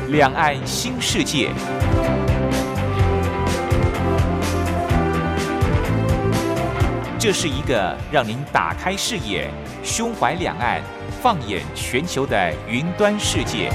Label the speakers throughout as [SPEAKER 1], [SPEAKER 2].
[SPEAKER 1] 两岸新世界。这是一个让您打开视野、胸怀两岸、放眼全球的云端世界。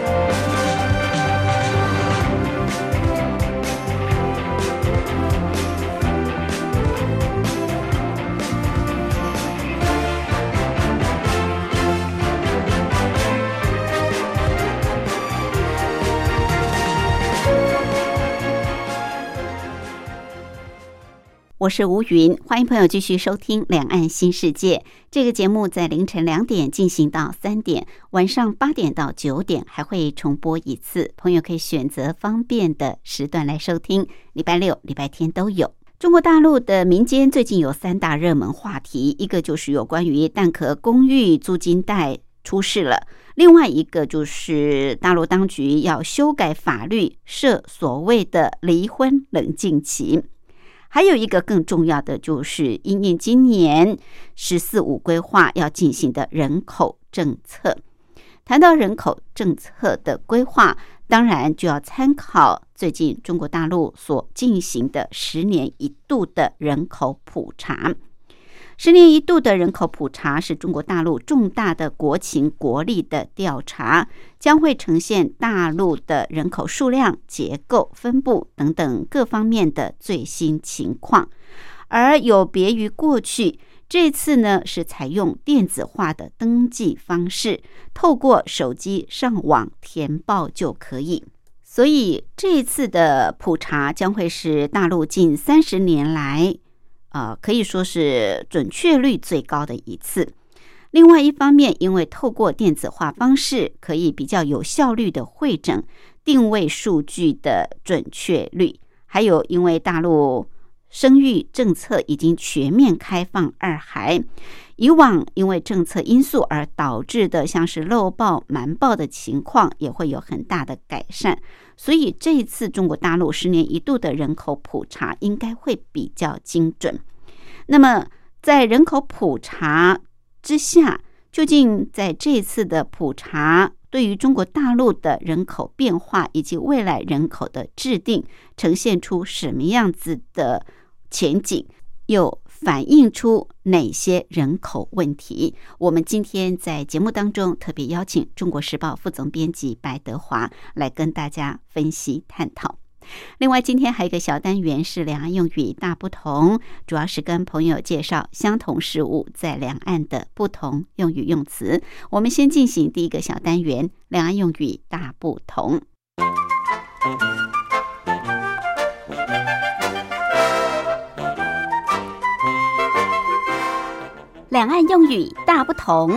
[SPEAKER 2] 我是吴云，欢迎朋友继续收听《两岸新世界》这个节目，在凌晨2点进行到3点，晚上8点到9点还会重播一次，朋友可以选择方便的时段来收听，礼拜六、礼拜天都有。中国大陆的民间最近有3大热门话题，一个就是有关于蛋壳公寓租金贷出事了，另外一个就是大陆当局要修改法律，设所谓的离婚冷静期。还有一个更重要的就是因应今年14五规划要进行的人口政策。谈到人口政策的规划，当然就要参考最近中国大陆所进行的10年一度的人口普查。10年一度的人口普查是中国大陆重大的国情国力的调查，将会呈现大陆的人口数量、结构、分布等等各方面的最新情况。而有别于过去，这次呢是采用电子化的登记方式，透过手机上网填报就可以。所以这次的普查将会是大陆近30年来可以说是准确率最高的一次。另外一方面，因为透过电子化方式，可以比较有效率的汇整定位数据的准确率，还有因为大陆生育政策已经全面开放2孩，以往因为政策因素而导致的像是漏报、瞒报的情况也会有很大的改善。所以这一次中国大陆10年一度的人口普查应该会比较精准。那么在人口普查之下，究竟在这一次的普查对于中国大陆的人口变化以及未来人口的制定呈现出什么样子的前景，又反映出哪些人口问题？我们今天在节目当中特别邀请中国时报副总编辑白德华来跟大家分析探讨。另外今天还有一个小单元是两岸用语大不同，主要是跟朋友介绍相同事物在两岸的不同用语用词。我们先进行第一个小单元，两岸用语大不同。两岸用语大不同。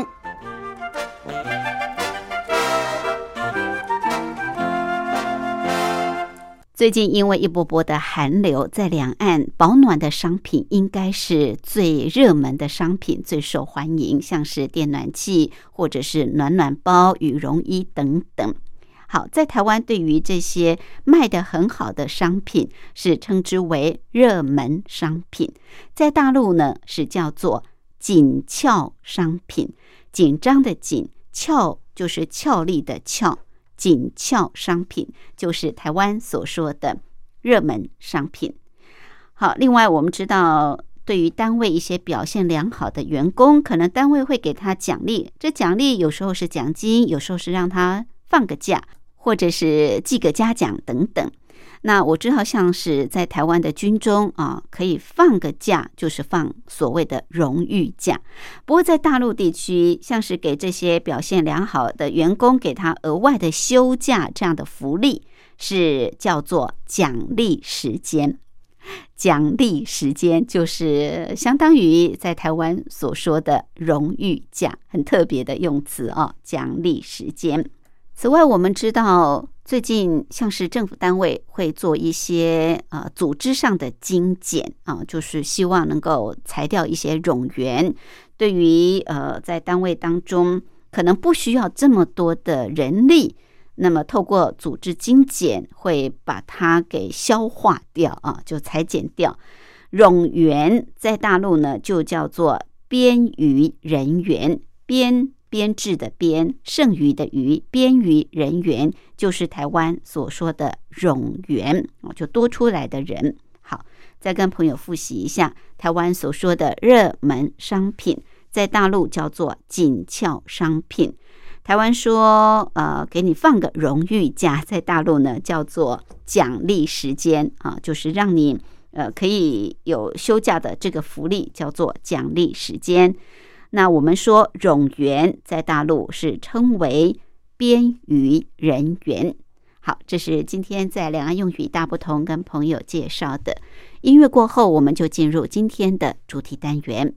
[SPEAKER 2] 最近因为一波波的寒流，在两岸保暖的商品应该是最热门的商品，最受欢迎，像是电暖气或者是暖暖包、羽绒衣等等。好，在台湾对于这些卖得很好的商品是称之为热门商品，在大陆呢是叫做紧俏商品，紧张的紧，俏就是俏丽的俏，紧俏商品就是台湾所说的热门商品。好，另外我们知道对于单位一些表现良好的员工，可能单位会给他奖励，这奖励有时候是奖金，有时候是让他放个假，或者是记个嘉奖等等。那我知道像是在台湾的军中可以放个假，就是放所谓的荣誉假。不过在大陆地区，像是给这些表现良好的员工给他额外的休假这样的福利，是叫做奖励时间。奖励时间就是相当于在台湾所说的荣誉假，很特别的用词奖励时间。此外，我们知道最近像是政府单位会做一些组织上的精简就是希望能够裁掉一些冗员，对于在单位当中可能不需要这么多的人力，那么透过组织精简会把它给消化掉就裁减掉。冗员在大陆呢就叫做边余人员，边编制的编，剩余的余，编余人员，就是台湾所说的冗员，就多出来的人。好，再跟朋友复习一下，台湾所说的热门商品，在大陆叫做紧俏商品。台湾说给你放个荣誉假，在大陆呢叫做奖励时间啊，就是让你可以有休假的这个福利，叫做奖励时间。那我们说冗员在大陆是称为编余人员。好，这是今天在两岸用语大不同跟朋友介绍的。音乐过后，我们就进入今天的主题单元。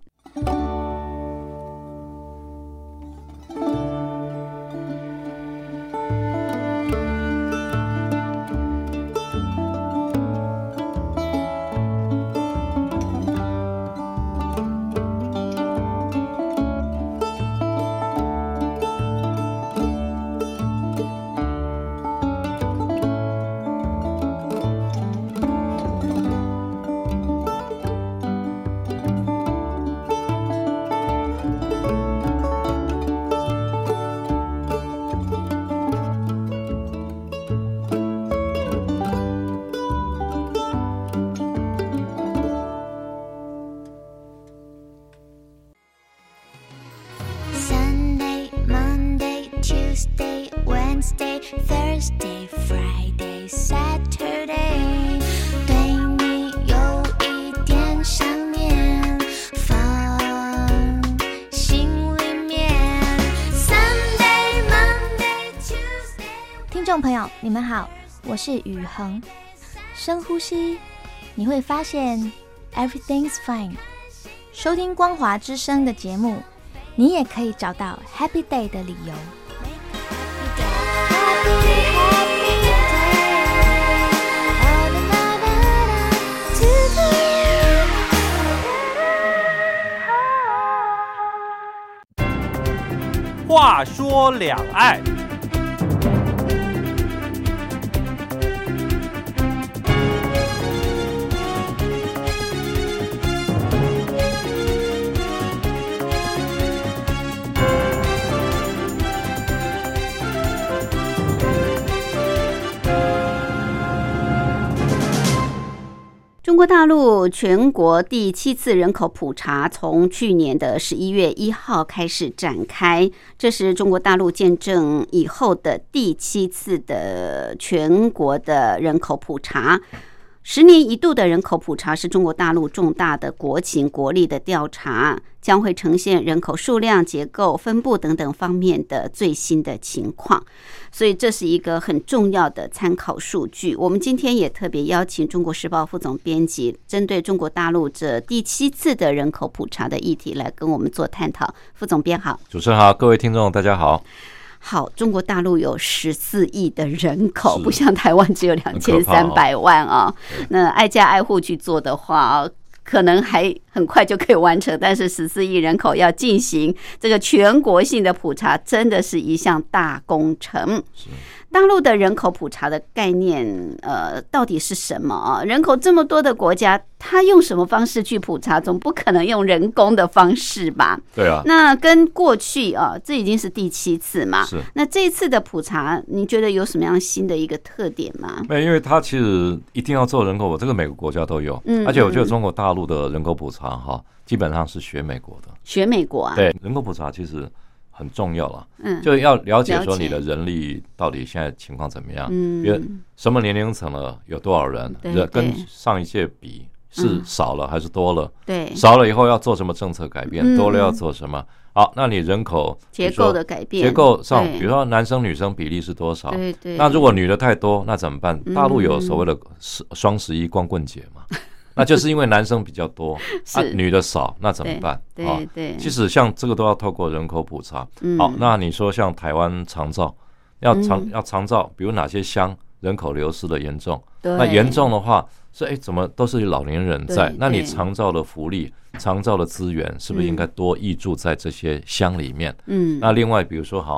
[SPEAKER 3] Thursday, Friday, Saturday， 对你有一点想念，放心里面。Sunday, Monday, Tuesday。听众朋友，你们好，我是宇恒。深呼吸，你会发现 everything's fine。收听光华之声的节目，你也可以找到 Happy Day 的理由。
[SPEAKER 1] 话说两岸，
[SPEAKER 2] 中国大陆全国第7次人口普查从去年的11月1号开始展开，这是中国大陆建政以后的第7次的全国的人口普查。10年一度的人口普查是中国大陆重大的国情国力的调查，将会呈现人口数量、结构、分布等等方面的最新的情况，所以这是一个很重要的参考数据。我们今天也特别邀请中国时报副总编辑，针对中国大陆这第7次的人口普查的议题来跟我们做探讨。副总编好。
[SPEAKER 4] 主持人好，各位听众大家好。
[SPEAKER 2] 好，中国大陆有14亿的人口，不像台湾只有2300万啊。那挨家挨户去做的话，可能还很快就可以完成，但是14亿人口要进行这个全国性的普查，真的是一项大工程。大陆的人口普查的概念，到底是什么啊？人口这么多的国家，他用什么方式去普查？总不可能用人工的方式吧？
[SPEAKER 4] 对啊。
[SPEAKER 2] 那跟过去啊，这已经是第7次嘛。
[SPEAKER 4] 是。
[SPEAKER 2] 那这一次的普查，你觉得有什么样新的一个特点吗？
[SPEAKER 4] 没有，因为它其实一定要做人口，这个每个国家都有。而且我觉得中国大陆的人口普查哈，基本上是学美国的。
[SPEAKER 2] 学美国啊？
[SPEAKER 4] 对，人口普查其实很重要了，就要了解说你的人力到底现在情况怎么样，比如什么年龄层了，有多少人，跟上一届比是少了还是多了？对，少了以后要做什么政策改变，多了要做什么？好，那你人口
[SPEAKER 2] 结构的改变，
[SPEAKER 4] 结构上，比如说男生女生比例是多少？对对。那如果女的太多，那怎么办？大陆有所谓的双11光棍节嘛。那就是因为男生比较多，女的少，那怎么办？对对，其实像这个都要透过人口普查。好，那你说像台湾长照，要长照，比如哪些乡人口流失的严重？那严重的话是怎么都是老年人在？那你长照的福利、长照的资源是不是应该多挹注在这些乡里面？那另外比如说好。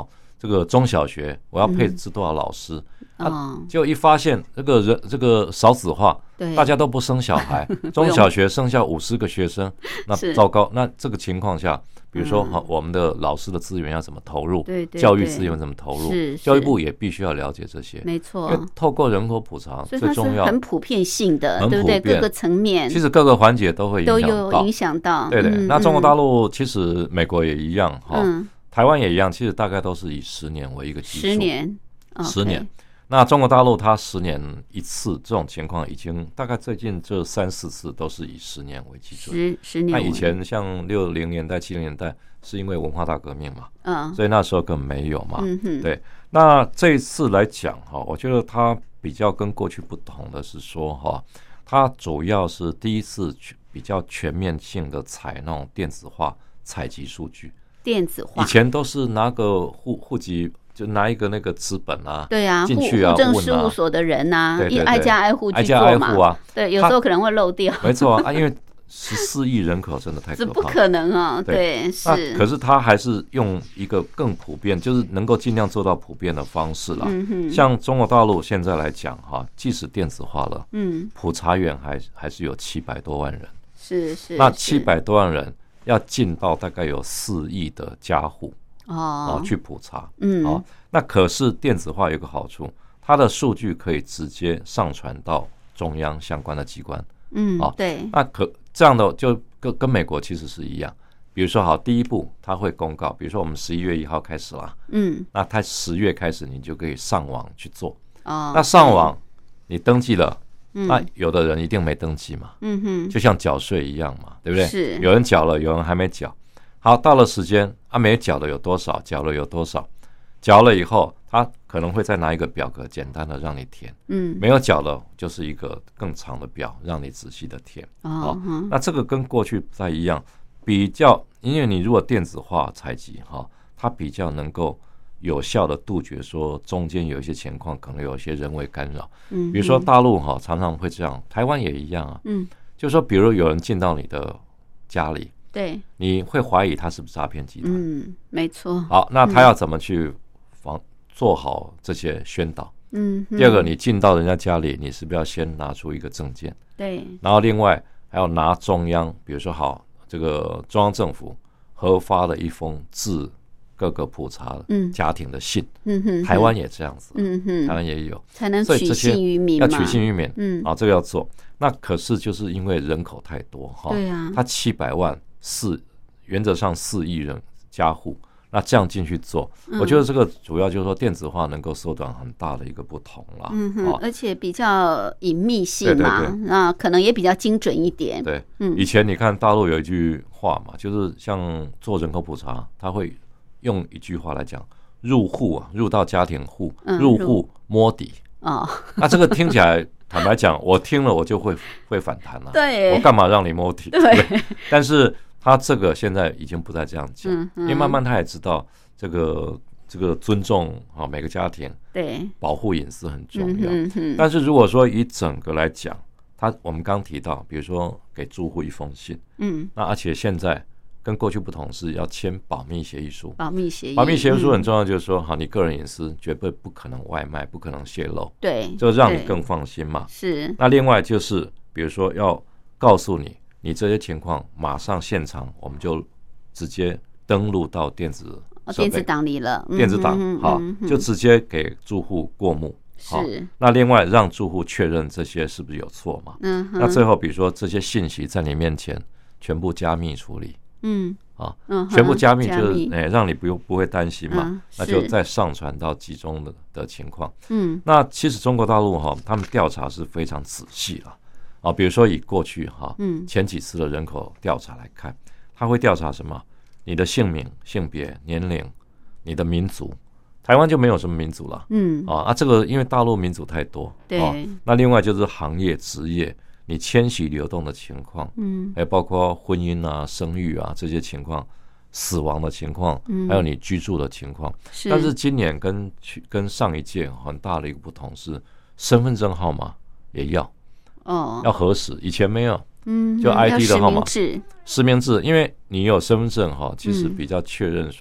[SPEAKER 4] 这个中小学我要配置多少老师，就一发现这个少子化，大家都不生小孩，中小学剩下50个学生，那糟糕。那这个情况下，比如说我们的老师的资源要怎么投入，教育资源怎么投入，教育部也必须要了解这些，
[SPEAKER 2] 没错。
[SPEAKER 4] 因为透过人口普查，最重要
[SPEAKER 2] 很普遍性的，对不对？各个层面，
[SPEAKER 4] 其实各个环节都会
[SPEAKER 2] 影响到。
[SPEAKER 4] 对。那中国大陆其实美国也一样台湾也一样，其实大概都是以10年为一个基数。10年。那中国大陆它10年一次，这种情况已经大概最近这3-4次都是以10年为基准。10年。那以前像60年代、70年代是因为文化大革命嘛，所以那时候根本没有嘛。对。那这一次来讲我觉得它比较跟过去不同的是说它主要是第一次比较全面性的采那种电子化采集数据。
[SPEAKER 2] 电子化以
[SPEAKER 4] 前都是拿个户籍，就拿一个那个资本
[SPEAKER 2] 对啊，
[SPEAKER 4] 进去户
[SPEAKER 2] 政事务所的人挨家挨户去
[SPEAKER 4] 做嘛，
[SPEAKER 2] 对，有时候可能会漏掉。
[SPEAKER 4] 没错因为14亿人口真的太可怕了，
[SPEAKER 2] 这不可能对，是。
[SPEAKER 4] 可是他还是用一个更普遍，就是能够尽量做到普遍的方式啦。像中国大陆现在来讲即使电子化了，普查员还是有700多万人，
[SPEAKER 2] 是。
[SPEAKER 4] 那700多万人要进到大概有4亿的家户去普查，那可是电子化有个好处，它的数据可以直接上传到中央相关的机关，
[SPEAKER 2] 对。
[SPEAKER 4] 那这样的就跟美国其实是一样，比如说第一步它会公告，比如说我们11月1号开始啦，那它10月开始你就可以上网去做，那上网你登记了。那有的人一定没登记嘛，就像缴税一样嘛，对不对？
[SPEAKER 2] 是。
[SPEAKER 4] 有人缴了，有人还没缴。好，到了时间没缴的有多少，缴了有多少，缴了以后，他可能会再拿一个表格简单的让你填，没有缴的就是一个更长的表让你仔细的填。那这个跟过去不太一样，比较，因为你如果电子化采集它比较能够有效的杜绝说中间有一些情况可能有一些人为干扰，比如说大陆常常会这样，台湾也一样就是说比如有人进到你的家里，
[SPEAKER 2] 对，
[SPEAKER 4] 你会怀疑他是不是诈骗集团，
[SPEAKER 2] 没错。
[SPEAKER 4] 好，那他要怎么去做好这些宣导？第二个，你进到人家家里，你是不是要先拿出一个证件？
[SPEAKER 2] 对，
[SPEAKER 4] 然后另外还要拿中央，比如说这个中央政府核发的一封致各个普查家庭的信，台湾也这样子，台湾也有，
[SPEAKER 2] 才能取信于民嘛，
[SPEAKER 4] 要取信于民，这个要做。那可是就是因为人口太多
[SPEAKER 2] 对啊，
[SPEAKER 4] 它700万原则上4亿人家户，那这样进去做，我觉得这个主要就是说电子化能够缩短很大的一个不同啦，
[SPEAKER 2] 而且比较隐秘性嘛，那可能也比较精准一点。
[SPEAKER 4] 对，以前你看大陆有一句话嘛，就是像做人口普查，他会用一句话来讲，入到家庭户，入户摸底。那这个听起来，坦白讲，我听了我就会反弹了。
[SPEAKER 2] 对，
[SPEAKER 4] 我干嘛让你摸底？对。但是他这个现在已经不再这样讲，因为慢慢他也知道这个尊重每个家庭，
[SPEAKER 2] 对，
[SPEAKER 4] 保护隐私很重要。但是如果说以整个来讲，我们刚提到，比如说给住户一封信，那而且现在跟过去不同是要签保密协议书。保密协议书很重要，就是说你个人隐私绝对不可能外卖，不可能泄露，
[SPEAKER 2] 对，
[SPEAKER 4] 就让你更放心嘛。
[SPEAKER 2] 是。那
[SPEAKER 4] 另外就是比如说要告诉你这些情况，马上现场我们就直接登录到电子
[SPEAKER 2] 档里了，
[SPEAKER 4] 电子档好，就直接给住户过目。是。那另外让住户确认这些是不是有错嘛？那最后比如说这些信息在你面前全部加密处理。全部加密就是让你不会担心嘛，那就再上传到集中的情况。那其实中国大陆他们调查是非常仔细了比如说以过去前几次的人口调查来看，他会调查什么？你的姓名、性别、年龄、你的民族。台湾就没有什么民族了，这个因为大陆民族太多，
[SPEAKER 2] 对。
[SPEAKER 4] 那另外就是行业、职业。你迁徙流动的情况，还包括婚姻啊、生育啊这些情况，死亡的情况，还有你居住的情况。但是今年跟上一届很大的一个不同是，身份证号码也要核实，以前没有，就 ID 的号码，实名制，因为你有身份证其实比较确认说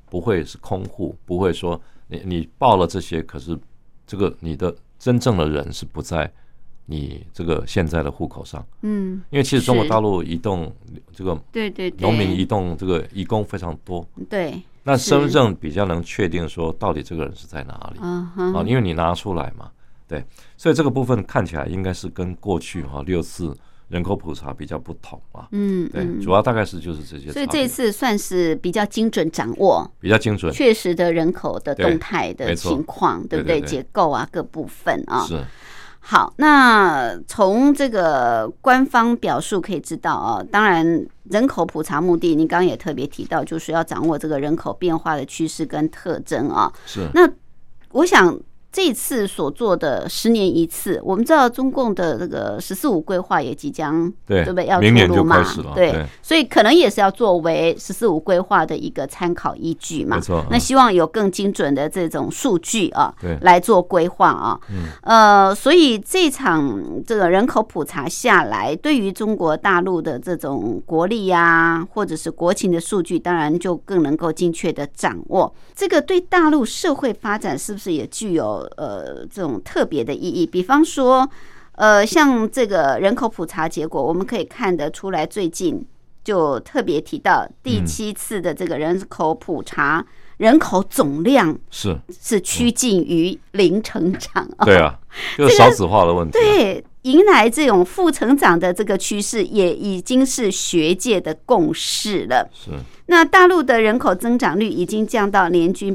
[SPEAKER 4] 不会是空户，不会说你报了这些，可是这个你的真正的人是不在你这个现在的户口上。因为其实中国大陆移动这个农民移动这个移工非常多。
[SPEAKER 2] 对。
[SPEAKER 4] 那身份证比较能确定说到底这个人是在哪里因为你拿出来嘛，对，所以这个部分看起来应该是跟过去6·4人口普查比较不同嘛。对，主要大概就是这些。
[SPEAKER 2] 所以这次算是比较精准掌握，
[SPEAKER 4] 比较精准，
[SPEAKER 2] 确实的人口的动态的情况，对不对？结构啊，各部分啊。
[SPEAKER 4] 是。
[SPEAKER 2] 好，那从这个官方表述可以知道啊，当然人口普查目的，您刚刚也特别提到，就是要掌握这个人口变化的趋势跟特征啊。
[SPEAKER 4] 是。
[SPEAKER 2] 那我想这次所做的10年一次，我们知道中共的这个“14五”规划也即将对不对要出炉嘛？
[SPEAKER 4] 明年就开始了，
[SPEAKER 2] 对，所以可能也是要作为“14五”规划的一个参考依据嘛。
[SPEAKER 4] 没错。
[SPEAKER 2] 那希望有更精准的这种数据啊，来做规划
[SPEAKER 4] 啊。
[SPEAKER 2] 所以这场这个人口普查下来，对于中国大陆的这种国力啊，或者是国情的数据，当然就更能够精确的掌握。这个对大陆社会发展是不是也具有这种特别的意义？比方说像这个人口普查结果，我们可以看得出来，最近就特别提到第7次的这个人口普查，人口总量是趋近于零成长。
[SPEAKER 4] 对啊，就是少子化的问题。
[SPEAKER 2] 对，迎来这种负成长的这个趋势，也已经是学界的共识了。
[SPEAKER 4] 是。
[SPEAKER 2] 那大陆的人口增长率已经降到年均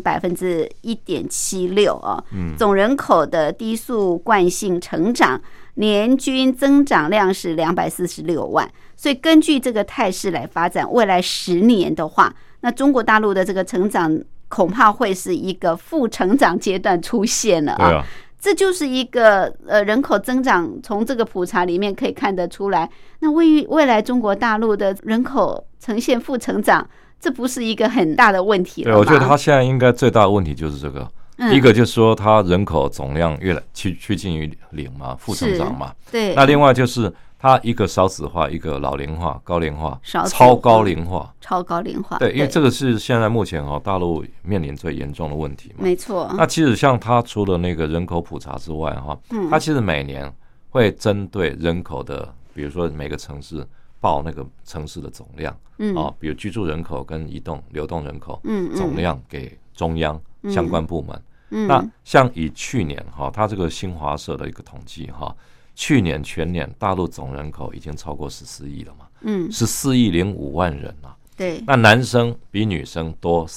[SPEAKER 2] 1.76%啊，总人口的低速惯性成长年均增长量是246万，所以根据这个态势来发展，未来10年的话，那中国大陆的这个成长恐怕会是一个负成长阶段出现了啊。这就是一个人口增长，从这个普查里面可以看得出来。那未来中国大陆的人口呈现负成长，这不是一个很大的问题了吗？
[SPEAKER 4] 对，我觉得他现在应该最大的问题就是这个。一个就是说，他人口总量越来趋近于0嘛，负成长嘛。
[SPEAKER 2] 对。
[SPEAKER 4] 那另外就是它一个少子化，一个老龄化、高龄化、超高龄化。
[SPEAKER 2] 对，
[SPEAKER 4] 因为这个是现在目前大陆面临最严重的问题嘛。
[SPEAKER 2] 没错。
[SPEAKER 4] 那其实像它除了那个人口普查之外它其实每年会针对人口的，比如说每个城市报那个城市的总量，比如居住人口跟移动流动人口总量给中央相关部门。那像以去年它这个新华社的一个统计去年全年大陆总人口已经超过14亿了嘛，14亿05万人啊。
[SPEAKER 2] 对。
[SPEAKER 4] 那男生比女生多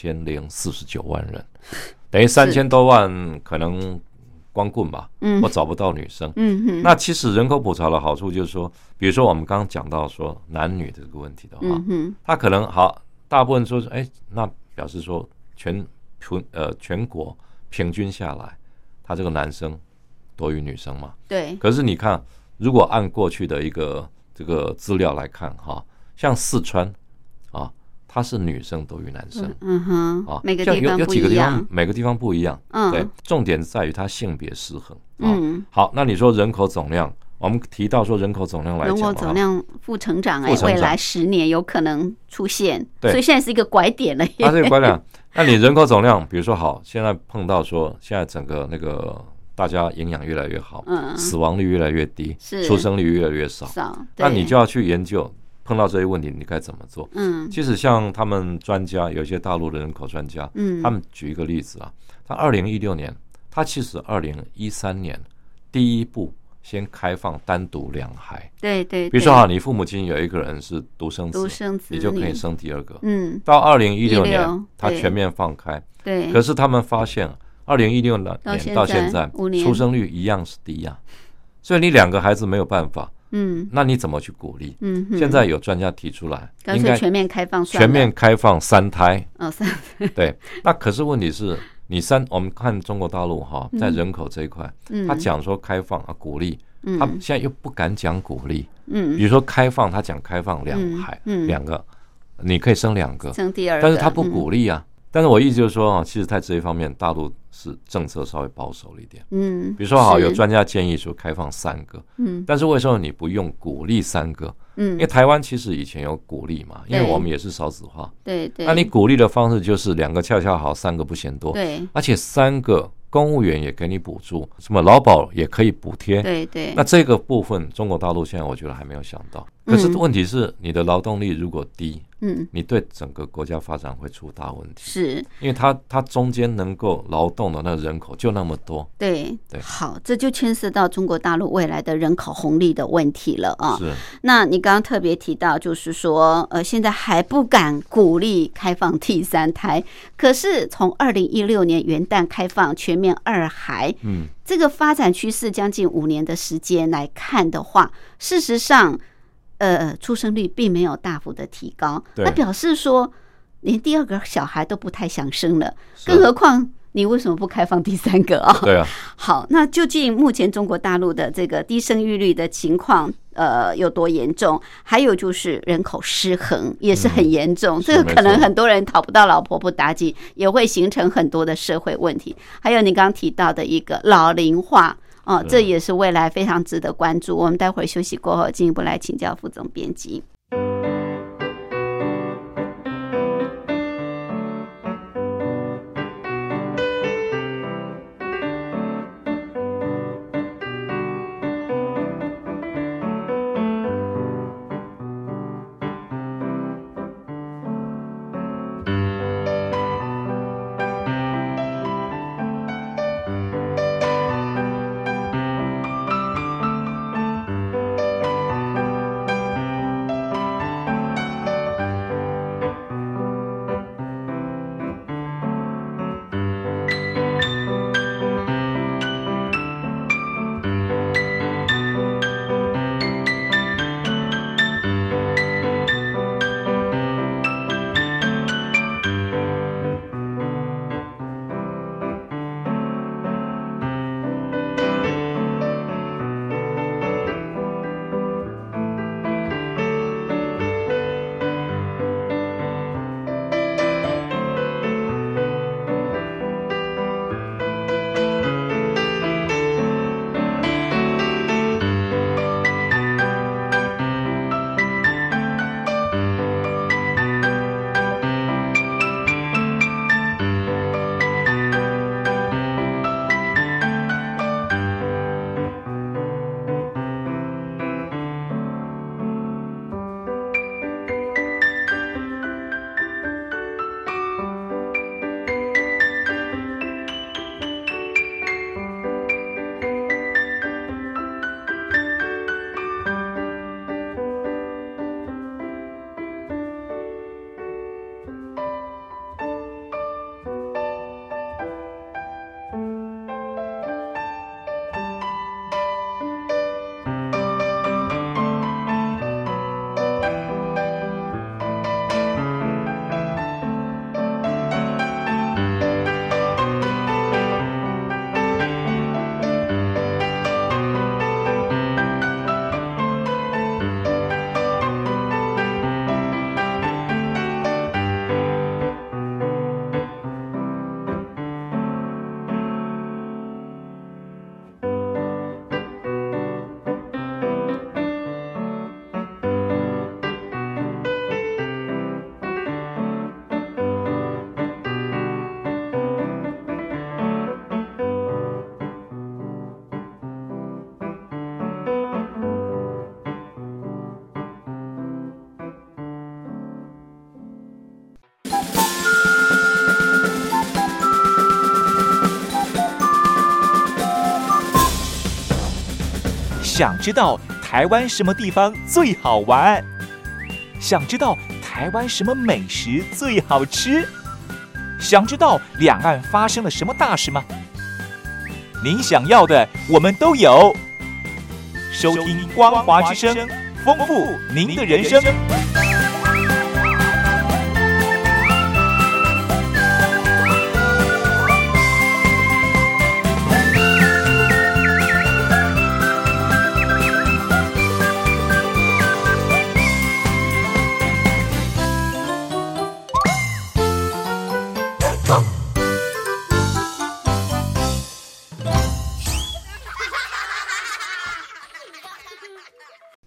[SPEAKER 4] 3049万人，等于3000多万可能光棍吧，我找不到女生。那其实人口普查的好处就是说，比如说我们刚刚讲到说男女这个问题的话，他可能大部分说那表示说全国平均下来，他这个男生多于女生嘛？
[SPEAKER 2] 对。
[SPEAKER 4] 可是你看，如果按过去的一个这个资料来看像四川它是女生多于男生。
[SPEAKER 2] 每个地方
[SPEAKER 4] 有几个
[SPEAKER 2] 地方
[SPEAKER 4] 每个地方不一样。对，重点在于它性别失衡。好，那你说人口总量，我们提到说人口总量来讲，
[SPEAKER 2] 人口总量负成长未来10年有可能出现，所以现在是一个拐点了。
[SPEAKER 4] 它是一个拐点。那你人口总量，比如说现在碰到说现在整个那个大家营养越来越好，死亡率越来越低，出生率越来越少，那你就要去研究碰到这些问题你该怎么做。其实像他们专家，有一些大陆的人口专家，他们举一个例子他2016年，他其实2013年第一步先开放单独2孩。
[SPEAKER 2] 对。
[SPEAKER 4] 比如说你父母亲有一个人是独生子，你就可以生第2个。到2016年他全面放开。
[SPEAKER 2] 对。
[SPEAKER 4] 可是他们发现2016年到现在出生率一样是低所以你2个孩子没有办法。那你怎么去鼓励？现在有专家提出来，
[SPEAKER 2] 应该全面开放算了，
[SPEAKER 4] 全面开放3胎。
[SPEAKER 2] 3胎。
[SPEAKER 4] 对。那可是问题是我们看中国大陆在人口这一块，他讲说开放鼓励，他现在又不敢讲鼓励。比如说开放，他讲开放2孩，2个你可以生2个，
[SPEAKER 2] 生第2个，
[SPEAKER 4] 但是他不鼓励但是我意思就是说其实在这一方面大陆是政策稍微保守了一点。比如说好，有专家建议说开放3个，但是为什么你不用鼓励3个？因为台湾其实以前有鼓励嘛，因为我们也是少子化。
[SPEAKER 2] 对，
[SPEAKER 4] 那你鼓励的方式就是2个恰恰好，3个不嫌多。
[SPEAKER 2] 对，
[SPEAKER 4] 而且3个公务员也给你补助，什么劳保也可以补贴。
[SPEAKER 2] 对，
[SPEAKER 4] 那这个部分中国大陆现在我觉得还没有想到。可是问题是你的劳动力如果低，你对整个国家发展会出大问题。
[SPEAKER 2] 是，
[SPEAKER 4] 因为它中间能够劳动的那个人口就那么多。
[SPEAKER 2] 对，好，这就牵涉到中国大陆未来的人口红利的问题了啊。
[SPEAKER 4] 是，
[SPEAKER 2] 那你刚刚特别提到，就是说，现在还不敢鼓励开放第3胎，可是从2016年元旦开放全面2孩，这个发展趋势将近5年的时间来看的话，事实上，出生率并没有大幅的提高，那表示说连第2个小孩都不太想生了，更何况你为什么不开放第3个啊？
[SPEAKER 4] 对啊。
[SPEAKER 2] 好，那究竟目前中国大陆的这个低生育率的情况有多严重？还有就是人口失衡也是很严重，这个可能很多人讨不到老婆不打紧，也会形成很多的社会问题。还有你刚刚提到的一个老龄化。这也是未来非常值得关注。我们待会儿休息过后进一步来请教副总编辑。
[SPEAKER 1] 想知道台湾什么地方最好玩？想知道台湾什么美食最好吃？想知道两岸发生了什么大事吗？您想要的我们都有。收听光华之声，丰富您的人生。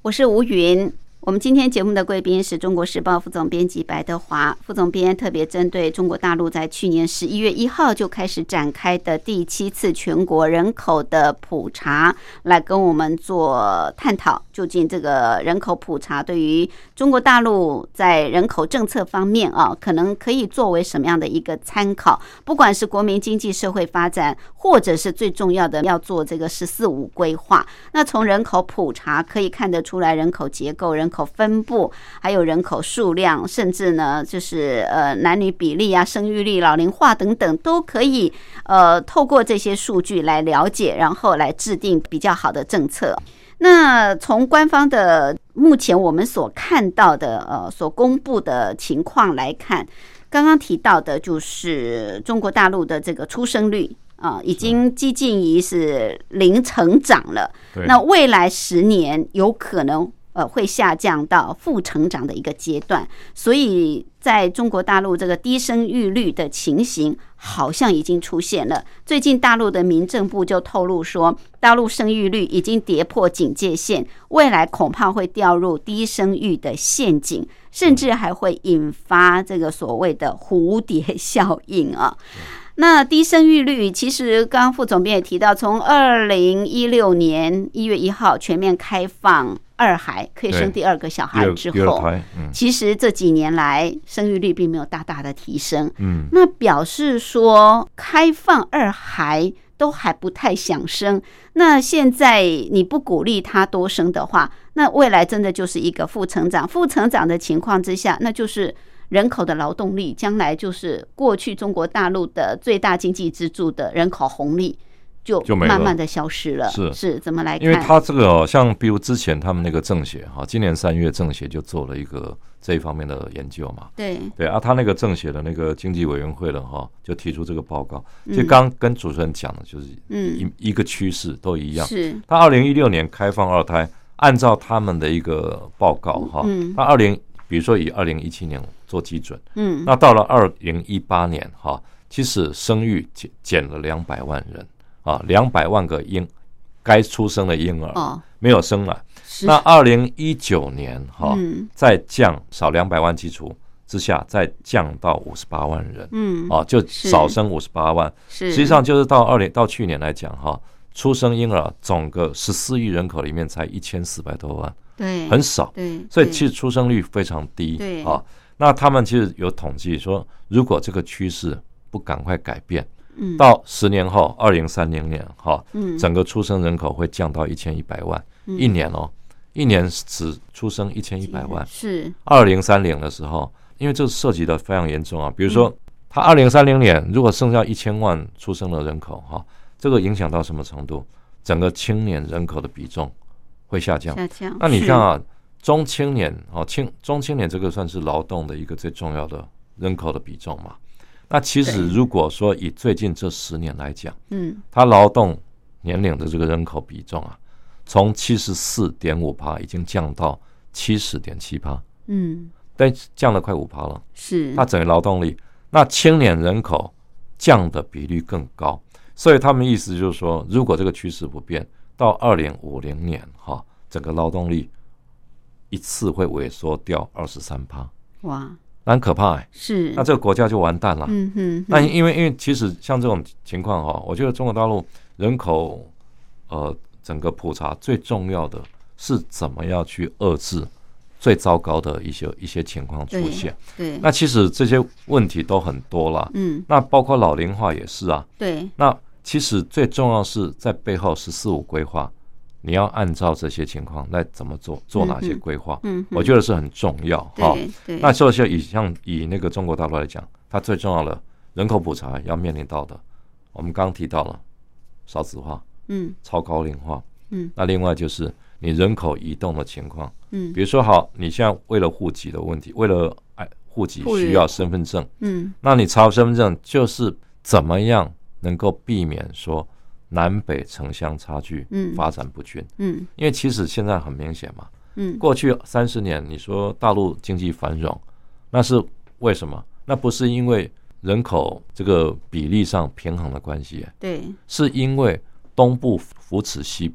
[SPEAKER 2] 我是吴云。我们今天节目的贵宾是中国时报副总编辑白德华副总编，特别针对中国大陆在去年11月1号就开始展开的第7次全国人口的普查，来跟我们做探讨，究竟这个人口普查对于中国大陆在人口政策方面可能可以作为什么样的一个参考，不管是国民经济社会发展，或者是最重要的要做这个14-5规划。那从人口普查可以看得出来，人口结构、人口分布，还有人口数量，甚至呢就是男女比例啊、生育率、老龄化等等，都可以透过这些数据来了解，然后来制定比较好的政策。那从官方的目前我们所看到的所公布的情况来看，刚刚提到的就是中国大陆的这个出生率已经接近于是零成长了。那未来10年有可能会下降到负成长的一个阶段，所以在中国大陆这个低生育率的情形好像已经出现了。最近大陆的民政部就透露说，大陆生育率已经跌破警戒线，未来恐怕会掉入低生育的陷阱，甚至还会引发这个所谓的蝴蝶效应啊。那低生育率其实刚刚副总编也提到，从2016年1月1号全面开放2孩可以生第2个小孩之后，其实这几年来生育率并没有大大的提升。那表示说开放2孩都还不太想生，那现在你不鼓励他多生的话，那未来真的就是一个负成长。负成长的情况之下，那就是人口的劳动力将来就是过去中国大陆的最大经济支柱的人口红利就慢慢的消失了。是怎么来看？
[SPEAKER 4] 因为他这个像比如之前他们那个政协今年3月政协就做了一个这一方面的研究嘛。对啊，他那个政协的那个经济委员会了就提出这个报告。其实刚跟主持人讲的就是一个趋势都一样。是他2016年开放2胎，按照他们的一个报告他比如说以2017年做基准，那到了2018年其实生育减了200万人200万个该出生的婴儿没有生来。那2019年再降少200万基础之下，再降到58万人，就少生58万。实际上就是到去年来讲出生婴儿总个14亿人口里面才1400多万。对，很少。所以其实出生率非常低。那他们其实有统计说，如果这个趋势不赶快改变，到10年后2030年整个出生人口会降到1100万，一年只出生1100万。是2030的时候，因为这涉及的非常严重比如说他2030年如果剩下1000万出生的人口这个影响到什么程度？整个青年人口的比重会下降。那你看中青年这个算是劳动的一个最重要的人口的比重嘛。那其实如果说以最近这10年来讲，他劳动年龄的这个人口比重从 74.5% 已经降到 70.7%，但降了快 5% 了。是他整个劳动力，那青年人口降的比率更高。所以他们意思就是说，如果这个趋势不变，到2050年整个劳动力一次会萎缩掉 23%。 哇，很可怕是，那这个国家就完蛋了。那因为其实像这种情况我觉得中国大陆人口整个普查最重要的是怎么样去遏制最糟糕的一些情况出现。对，那其实这些问题都很多啦。那包括老龄化也是啊。对，那其实最重要是在背后14-5规划，你要按照这些情况来怎么做哪些规划，我觉得是很重要。那就是以那个中国大陆来讲，它最重要的人口普查要面临到的，我们刚刚提到了少子化，超高龄化，那另外就是你人口移动的情况，比如说你现在为了户籍的问题，为了户籍需要身份证，那你查身份证就是怎么样能够避免说南北城乡差距发展不均。因为其实现在很明显嘛，过去30年你说大陆经济繁荣，那是为什么？那不是因为人口这个比例上平衡的关系，对，是因为东部扶持西部，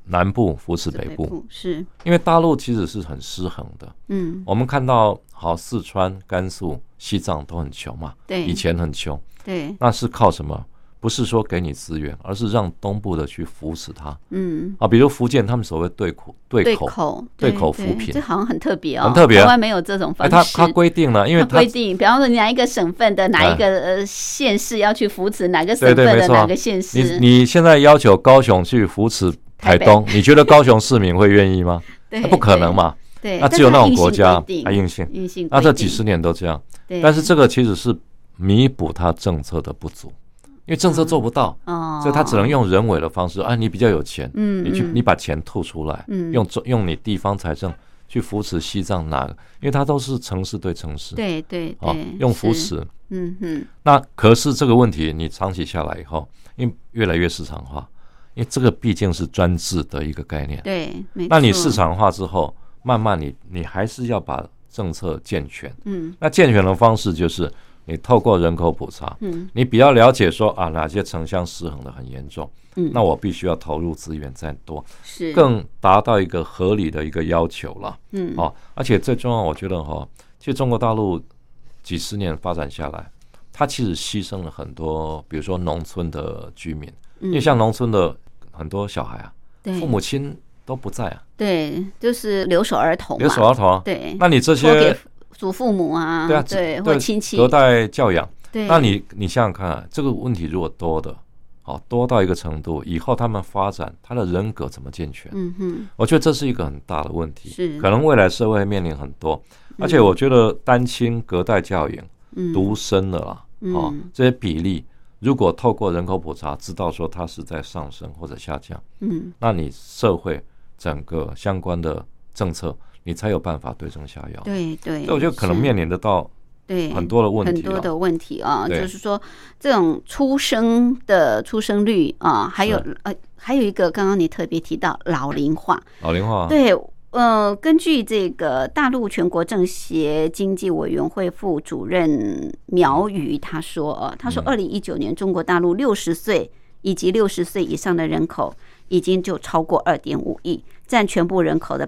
[SPEAKER 4] 南部扶持北部，
[SPEAKER 2] 是
[SPEAKER 4] 因为大陆其实是很失衡的。我们看到好四川、甘肃、西藏都很穷嘛，
[SPEAKER 2] 对，
[SPEAKER 4] 以前很穷，
[SPEAKER 2] 对，
[SPEAKER 4] 那是靠什么？不是说给你资源，而是让东部的去扶持它。比如福建他们所谓对口扶贫，
[SPEAKER 2] 这好像很特别哦，
[SPEAKER 4] 很特别。
[SPEAKER 2] 台湾没有这种方式。
[SPEAKER 4] 他规定了，因为他
[SPEAKER 2] 规定，比方说哪一个省份的哪一个县市要去扶持哪个省份的哪个县市。
[SPEAKER 4] 你现在要求高雄去扶持台东，你觉得高雄市民会愿意吗？
[SPEAKER 2] 对，
[SPEAKER 4] 不可能嘛。
[SPEAKER 2] 对，
[SPEAKER 4] 那只有那种国家它硬性，那这几十年都这样。但是这个其实是弥补它政策的不足。因为政策做不到，所以他只能用人为的方式。你比较有钱，你把钱吐出来，用你地方财政去扶持西藏哪个？因为它都是城市对城市，
[SPEAKER 2] 对，
[SPEAKER 4] 用扶持。那可是这个问题，你长期下来以后，因为越来越市场化，因为这个毕竟是专制的一个概念，
[SPEAKER 2] 对，没错。
[SPEAKER 4] 那你市场化之后，慢慢你还是要把政策健全。那健全的方式就是。你透过人口普查，你比较了解说哪些城乡失衡的很严重，那我必须要投入资源再多，
[SPEAKER 2] 是
[SPEAKER 4] 更达到一个合理的一个要求了。而且最重要，我觉得其实中国大陆几十年发展下来，它其实牺牲了很多，比如说农村的居民，因为像农村的很多小孩父母亲都不在
[SPEAKER 2] 对，就是留守儿童，对，
[SPEAKER 4] 那你这些。
[SPEAKER 2] 祖父母对，或亲戚
[SPEAKER 4] 隔代教养，那你想想看，这个问题如果多到一个程度，以后他们发展他的人格怎么健全？我觉得这是一个很大的问题，可能未来社会面临很多，而且我觉得单亲隔代教养、独生的啦，这些比例，如果透过人口普查知道说它是在上升或者下降，那你社会整个相关的政策。你才有办法对症下药。
[SPEAKER 2] 对，
[SPEAKER 4] 所以我觉得可能面临得到很多的问题，
[SPEAKER 2] 很多的问题就是说这种出生率还有一个刚刚你特别提到老龄化，对。根据这个大陆全国政协经济委员会副主任苗瑜他说2019年中国大陆60岁以及60岁以上的人口已经就超过2.5亿，占全部人口的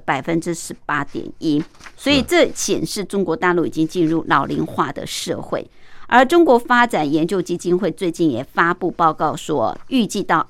[SPEAKER 2] 18.1%，所以这显示中国大陆已经进入老龄化的社会。而中国发展研究基金会最近也发布报告说，预计到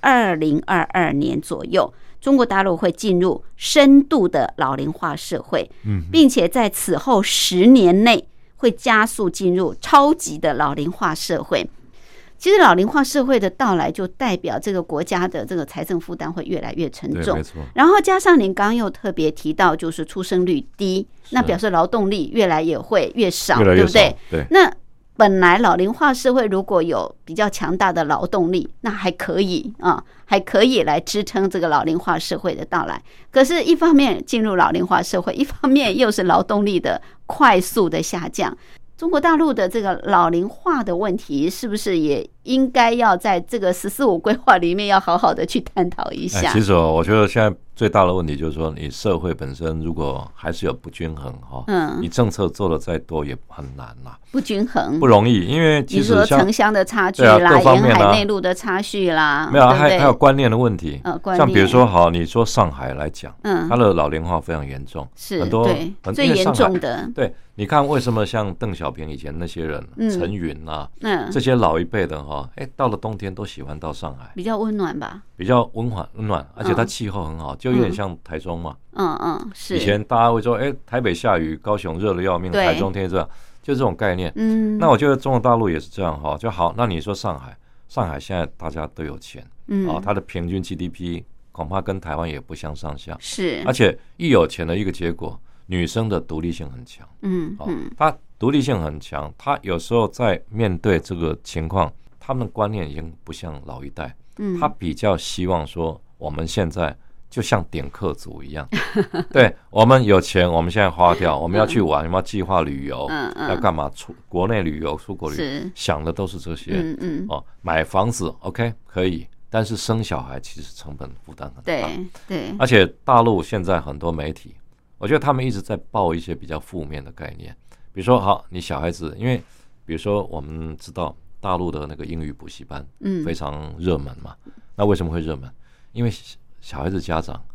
[SPEAKER 2] 2022年左右，中国大陆会进入深度的老龄化社会，并且在此后10年内会加速进入超级的老龄化社会。其实老龄化社会的到来，就代表这个国家的这个财政负担会越来越沉重。然后加上您刚刚又特别提到，就是出生率低，那表示劳动力越来也会越少，对不对？
[SPEAKER 4] 对。
[SPEAKER 2] 那本来老龄化社会如果有比较强大的劳动力，那还可以还可以来支撑这个老龄化社会的到来。可是，一方面进入老龄化社会，一方面又是劳动力的快速的下降。中国大陆的这个老龄化的问题，是不是也应该要在这个14-15规划里面要好好的去探讨一下？
[SPEAKER 4] 其实我觉得现在最大的问题就是说，你社会本身如果还是有不均衡你政策做的再多也很难啦。不均衡不容易，因为其实
[SPEAKER 2] 你说城乡的差距啦，沿海内陆的差距啦，
[SPEAKER 4] 没有还有观念的问题。像比如说你说上海来讲，它的老龄化非常严重，
[SPEAKER 2] 是
[SPEAKER 4] 很多
[SPEAKER 2] 最严重的。
[SPEAKER 4] 对，你看为什么像邓小平以前那些人，陈云这些老一辈的到了冬天都喜欢到上海，
[SPEAKER 2] 比较温暖吧，
[SPEAKER 4] 比较温暖，而且它气候很好，就有点像台中嘛。
[SPEAKER 2] 是。
[SPEAKER 4] 以前大家会说，台北下雨，高雄热得要命，台中天这样，就这种概念。那我觉得中国大陆也是这样就好。那你说上海现在大家都有钱，它的平均 GDP 恐怕跟台湾也不相上下。
[SPEAKER 2] 是。
[SPEAKER 4] 而且一有钱的一个结果，女生的独立性很强。她独立性很强，她有时候在面对这个情况，他们的观念已经不像老一代。她比较希望说，我们现在就像点客族一样，对，我们有钱，我们现在花掉，我们要去玩，有没有计划旅游？要干嘛？国内旅游、出国旅游，想的都是这些。买房子 OK 可以，但是生小孩其实成本负担很大。
[SPEAKER 2] 对，
[SPEAKER 4] 而且大陆现在很多媒体，我觉得他们一直在报一些比较负面的概念，比如说，好，你小孩子，因为比如说我们知道大陆的那个英语补习班，非常热门嘛。那为什么会热门？因为小孩子家长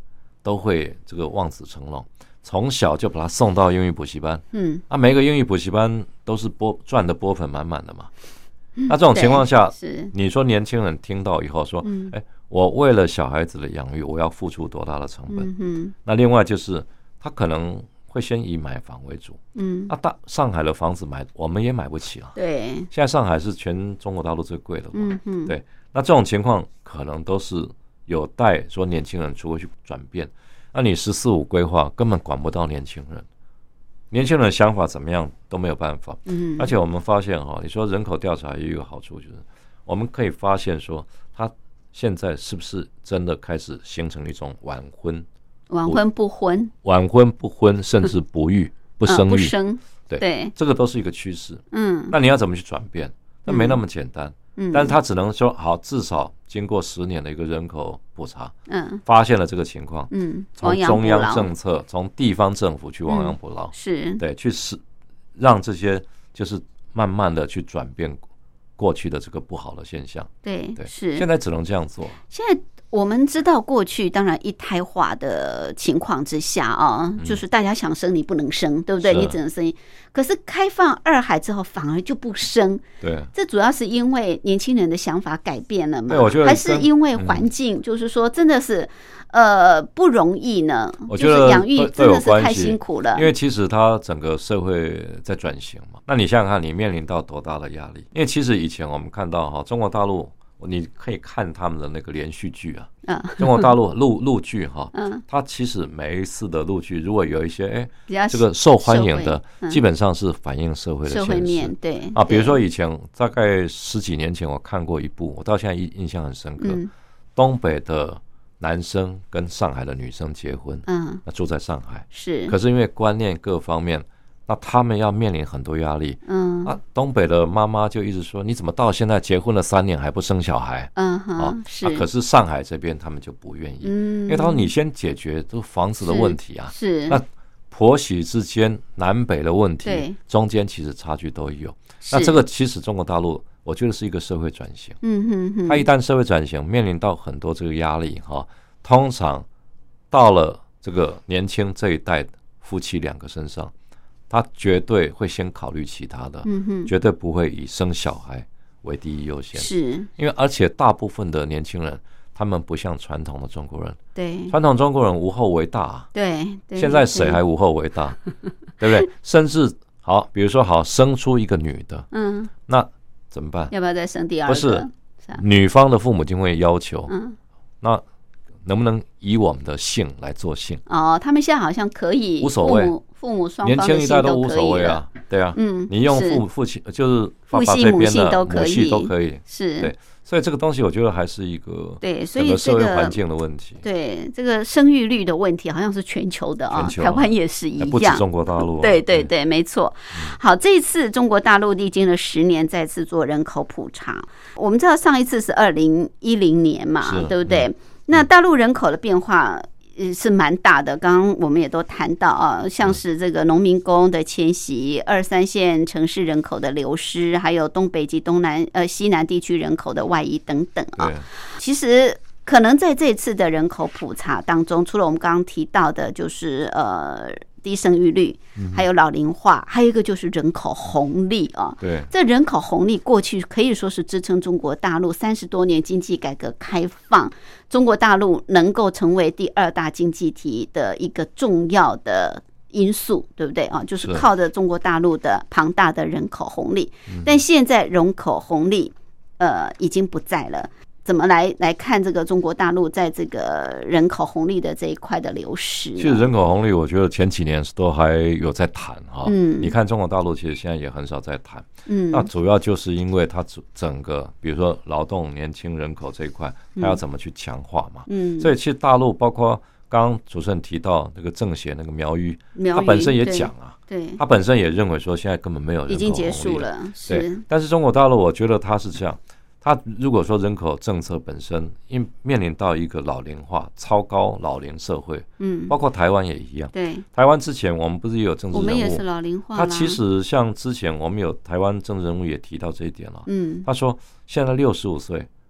[SPEAKER 4] 都会这个望子成龙，从小就把他送到英语补习班。每个英语补习班都是赚的波粉满满的嘛。那这种情况下，你说年轻人听到以后说，我为了小孩子的养育，我要付出多大的成本？那另外就是他可能会先以买房为主。上海的房子我们也买不起了。对，现在上海是全中国大陆最贵的嘛。对，那这种情况可能都是有待说年轻人除了去转变。那你14、15规划根本管不到年轻人。年轻人的想法怎么样都没有办法。而且我们发现你说人口调查也有一个好处，就是我们可以发现说他现在是不是真的开始形成一种晚婚不婚甚至不育不生育。对，这个都是一个趋势。那你要怎么去转变？那没那么简单。但是他只能说好，至少经过10年的一个人口普查，发现了这个情况，从中央政策，从地方政府去亡羊补牢，对，去让这些就是慢慢的去转变过去的这个不好的现象。对，是现在只能这样做。
[SPEAKER 2] 现在我们知道过去当然一胎化的情况之下就是大家想生你不能生，对不对？你只能生。可是开放2孩之后反而就不生。对，这主要是因为年轻人的想法改变了嘛？对，我觉得还是因为环境，就是说真的是不容易呢。我觉得养育真的是太辛苦了。
[SPEAKER 4] 因为其实它整个社会在转型嘛，那你想想看，你面临到多大的压力？因为其实以前我们看到中国大陆。你可以看他们的那个连续剧中国大陆陆剧它其实每一次的陆剧，如果有一些这个受欢迎的，基本上是反映社会的现实。对比如说以前大概10几年前我看过一部，我到现在印象很深刻，东北的男生跟上海的女生结婚，那住在上海，可是因为观念各方面。那他们要面临很多压力。东北的妈妈就一直说，你怎么到现在结婚了3年还不生小孩？可是上海这边他们就不愿意，因为他说你先解决这房子的问题啊。那婆媳之间南北的问题，中间其实差距都有。那这个其实中国大陆，我觉得是一个社会转型。他一旦社会转型，面临到很多这个压力通常到了这个年轻这一代夫妻2个身上。他绝对会先考虑其他的，绝对不会以生小孩为第一优先。因为而且大部分的年轻人，他们不像传统的中国人。对，传统中国人无后为大。对，现在谁还无后为大？对不对？甚至比如说生出一个女的，那怎么办？
[SPEAKER 2] 要不要再生第2个？
[SPEAKER 4] 不是，女方的父母就会要求，那能不能以我们的姓来做姓？
[SPEAKER 2] 他们现在好像可以，
[SPEAKER 4] 无所谓。
[SPEAKER 2] 父母双方的姓
[SPEAKER 4] 年轻一代都无所谓啊，对啊，你用父亲就是爸爸这边的母系都可以，对，所以这个东西我觉得还是一个整个社会环境的问题。
[SPEAKER 2] 对，这个生育率的问题好像是全球的台湾也是一样，
[SPEAKER 4] 不止中国大陆。
[SPEAKER 2] 对，没错。好，这一次中国大陆历经了10年再次做人口普查，我们知道上一次是2010年嘛，对不对？那大陆人口的变化是蛮大的，刚刚我们也都谈到像是这个农民工的迁徙，2、3线城市人口的流失，还有东北及西南地区人口的外移等等其实可能在这次的人口普查当中，除了我们刚刚提到的，就是低生育率，还有老龄化，还有一个就是人口红利对，这人口红利过去可以说是支撑中国大陆30多年经济改革开放，中国大陆能够成为第2大经济体的一个重要的因素，对不对就是靠着中国大陆的庞大的人口红利。但现在人口红利已经不在了。怎么来看这个中国大陆在这个人口红利的这一块的流失？
[SPEAKER 4] 其实人口红利，我觉得前几年都还有在谈你看中国大陆其实现在也很少在谈。那主要就是因为它整个，比如说劳动年轻人口这一块，它要怎么去强化嘛？所以其实大陆包括刚刚主持人提到那个政协那个苗瑜，他本身也讲对，他本身也认为说现在根本没有人口红利，已经结束了。对，但是中国大陆我觉得他是这样。他如果说人口政策本身因面临到一个老龄化、超高老龄社会，包括台湾也一样。对，台湾之前我们不是也有政治人物，我们
[SPEAKER 2] 也是老龄化。
[SPEAKER 4] 他其实像之前我们有台湾政治人物也提到这一点了。他说现在65岁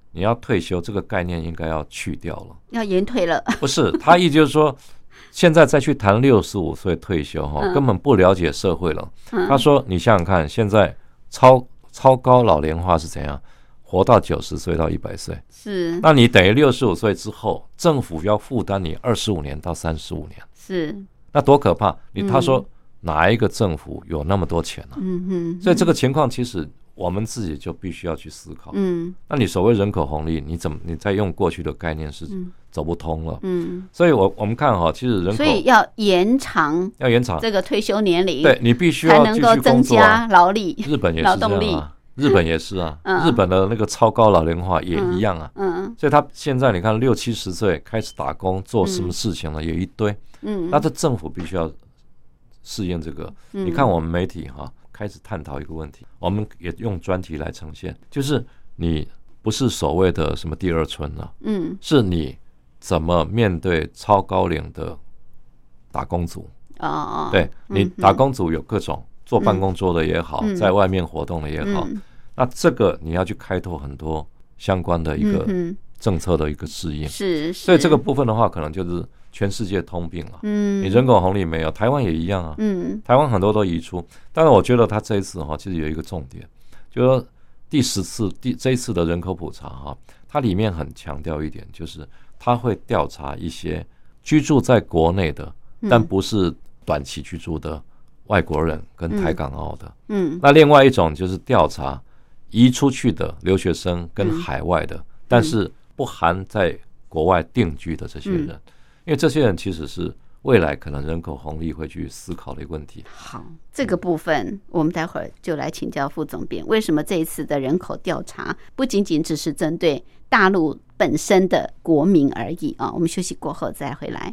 [SPEAKER 4] 你要退休这个概念应该要去掉了，
[SPEAKER 2] 要延退了。
[SPEAKER 4] 不是，他意思就是说，现在再去谈65岁退休根本不了解社会了。他说，你想想看，现在超高老龄化是怎样？活到90岁到100岁，
[SPEAKER 2] 是。
[SPEAKER 4] 那你等于65岁之后，政府要负担你25年到35年，
[SPEAKER 2] 是。
[SPEAKER 4] 那多可怕！他说哪一个政府有那么多钱呢？所以这个情况其实我们自己就必须要去思考。那你所谓人口红利，你再用过去的概念是走不通了。所以我们看其实人口，
[SPEAKER 2] 所以要延长这个退休年龄，
[SPEAKER 4] 对，你必须要继续工作，才能够增加
[SPEAKER 2] 劳力，
[SPEAKER 4] 日本也是这样啊。日本也是啊，日本的那个超高老龄化也一样啊。所以他现在你看60、70岁开始打工，做什么事情了也一堆。那这政府必须要适应这个。你看我们媒体开始探讨一个问题，我们也用专题来呈现，就是你不是所谓的什么第二春了，是你怎么面对超高龄的打工族。对，你打工族有各种。坐办公桌的也好，在外面活动的也好，那这个你要去开拓很多相关的一个政策的一个适应。
[SPEAKER 2] 是。
[SPEAKER 4] 所以这个部分的话，可能就是全世界通病了。你人口红利没有，台湾也一样啊。台湾很多都移出，但是我觉得他这一次其实有一个重点，就是说第10次这一次的人口普查它里面很强调一点，就是他会调查一些居住在国内的，但不是短期居住的外国人跟台港澳的。那另外一种就是调查移出去的留学生跟海外的，但是不含在国外定居的这些人，因为这些人其实是未来可能人口红利会去思考的一个问题。
[SPEAKER 2] 好，这个部分我们待会儿就来请教副总编，为什么这一次的人口调查不仅仅只是针对大陆本身的国民而已啊？我们休息过后再回来。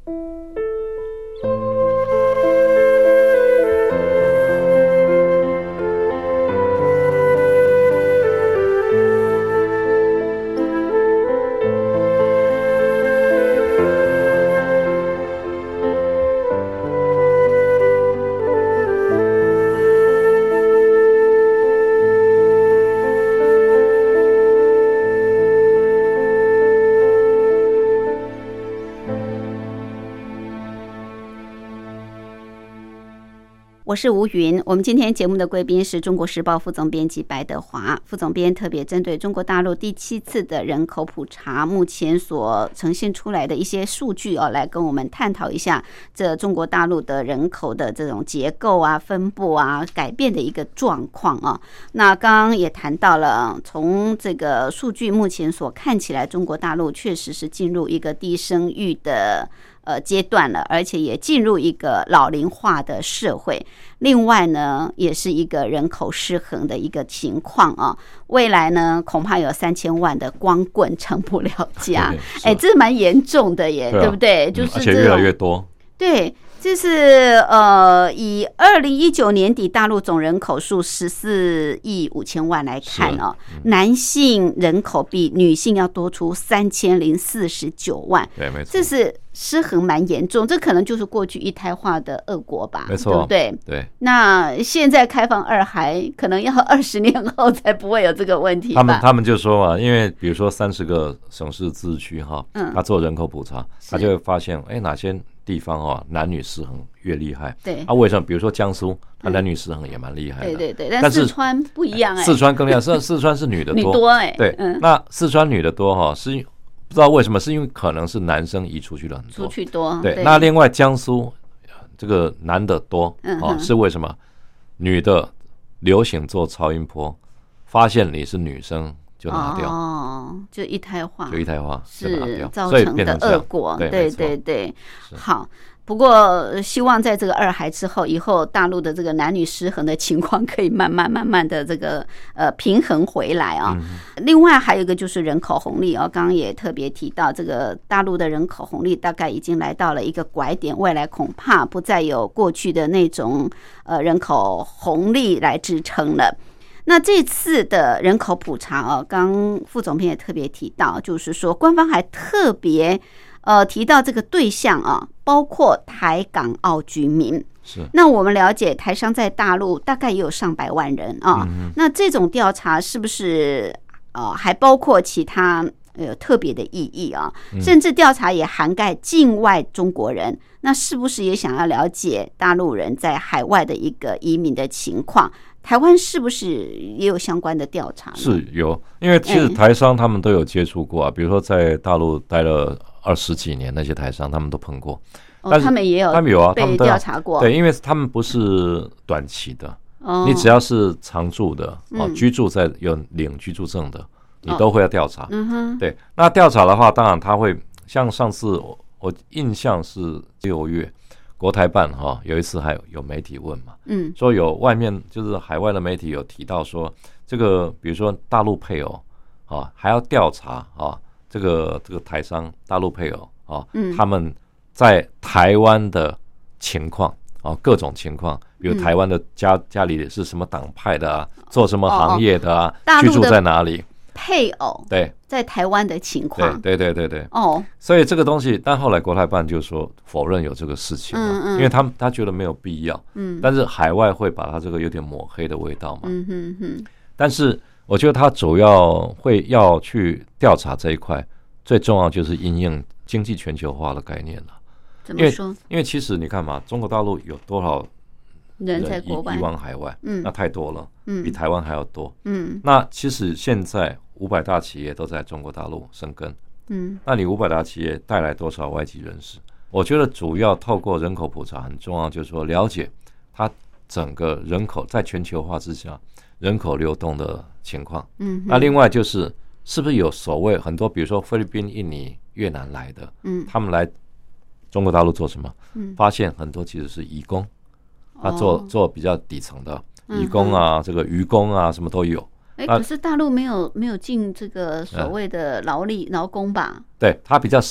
[SPEAKER 2] 我是吴云，我们今天节目的贵宾是中国时报副总编辑白德华副总编，特别针对中国大陆第7次的人口普查目前所呈现出来的一些数据来跟我们探讨一下这中国大陆的人口的这种结构啊、分布啊、改变的一个状况啊。那刚刚也谈到了，从这个数据目前所看起来，中国大陆确实是进入一个低生育的阶段了，而且也进入一个老龄化的社会。另外呢，也是一个人口失衡的一个情况啊。未来呢，恐怕有3000万的光棍成不了家，这蛮严重的耶，对不对？就是
[SPEAKER 4] 而且越来越多。
[SPEAKER 2] 对。这是以2019年底大陆总人口数14亿5千万来看男性人口比女性要多出3049万，
[SPEAKER 4] 对，没错，
[SPEAKER 2] 这是失衡蛮严重，这可能就是过去一胎化的俄国吧，
[SPEAKER 4] 没错，
[SPEAKER 2] 对不对？
[SPEAKER 4] 对。
[SPEAKER 2] 那现在开放2孩，可能要20年后才不会有这个问题吧？
[SPEAKER 4] 他们就说嘛，因为比如说30个省市自治区哈，他做人口普查，他就会发现，哪些地方男女失衡越厉害。
[SPEAKER 2] 对。
[SPEAKER 4] 为什么？比如说江苏，它男女失衡也蛮厉害的。
[SPEAKER 2] 对对对。但四川不一样
[SPEAKER 4] 四川更厉害，四川是女的多。
[SPEAKER 2] 女多
[SPEAKER 4] 对。那四川女的多是不知道为什么，是因为可能是男生移出去了很多。
[SPEAKER 2] 出去多。
[SPEAKER 4] 对。那另外江苏这个男的多是为什么？女的流行做超音波，发现你是女生。就拿掉
[SPEAKER 2] 就一胎化，
[SPEAKER 4] 是
[SPEAKER 2] 造成的恶果。对对对，好。不过希望在这个2孩之后，以后大陆的这个男女失衡的情况可以慢慢的这个平衡回来啊。另外还有一个就是人口红利刚刚也特别提到，这个大陆的人口红利大概已经来到了一个拐点，未来恐怕不再有过去的那种人口红利来支撑了。那这次的人口普查刚副总编也特别提到，就是说官方还特别提到这个对象包括台港澳居民。
[SPEAKER 4] 是。
[SPEAKER 2] 那我们了解台商在大陆大概也有上百万人那这种调查是不是还包括其他特别的意义甚至调查也涵盖境外中国人，那是不是也想要了解大陆人在海外的一个移民的情况？台湾是不是也有相关的调查呢？
[SPEAKER 4] 是有，因为其实台商他们都有接触过比如说在大陆待了20几年，那些台商他们都碰过。但是
[SPEAKER 2] 他们也有被调查过。
[SPEAKER 4] 对，因为他们不是短期的，你只要是常住的居住在有领居住证的，你都会要调查。对，那调查的话，当然他会像上次我印象是6月。国台办有一次还有媒体问嘛，说有外面就是海外的媒体有提到说，这个比如说大陆配偶还要调查这个台商大陆配偶他们在台湾的情况各种情况，比如台湾的家里是什么党派的做什么行业的居住在哪里。
[SPEAKER 2] 配偶
[SPEAKER 4] 对
[SPEAKER 2] 在台湾的情况，
[SPEAKER 4] 对所以这个东西，但后来国台办就说否认有这个事情因为他觉得没有必要但是海外会把他这个有点抹黑的味道嘛但是我觉得他主要会要去调查这一块，最重要就是因应经济全球化的概念了。
[SPEAKER 2] 怎么说？
[SPEAKER 4] 因为其实你看嘛，中国大陆有多少
[SPEAKER 2] 人在国外
[SPEAKER 4] 移往海外那太多了比台湾还要多那其实现在500大企业都在中国大陆生根那你500大企业带来多少外籍人士？我觉得主要透过人口普查很重要，就是说了解它整个人口在全球化之下人口流动的情况那另外就是是不是有所谓很多比如说菲律宾、印尼、越南来的他们来中国大陆做什么发现很多其实是移工他做比较底层的移工这个渔工什么都有
[SPEAKER 2] 可是大陆没有进这个所谓的劳工吧？
[SPEAKER 4] 对，他比较少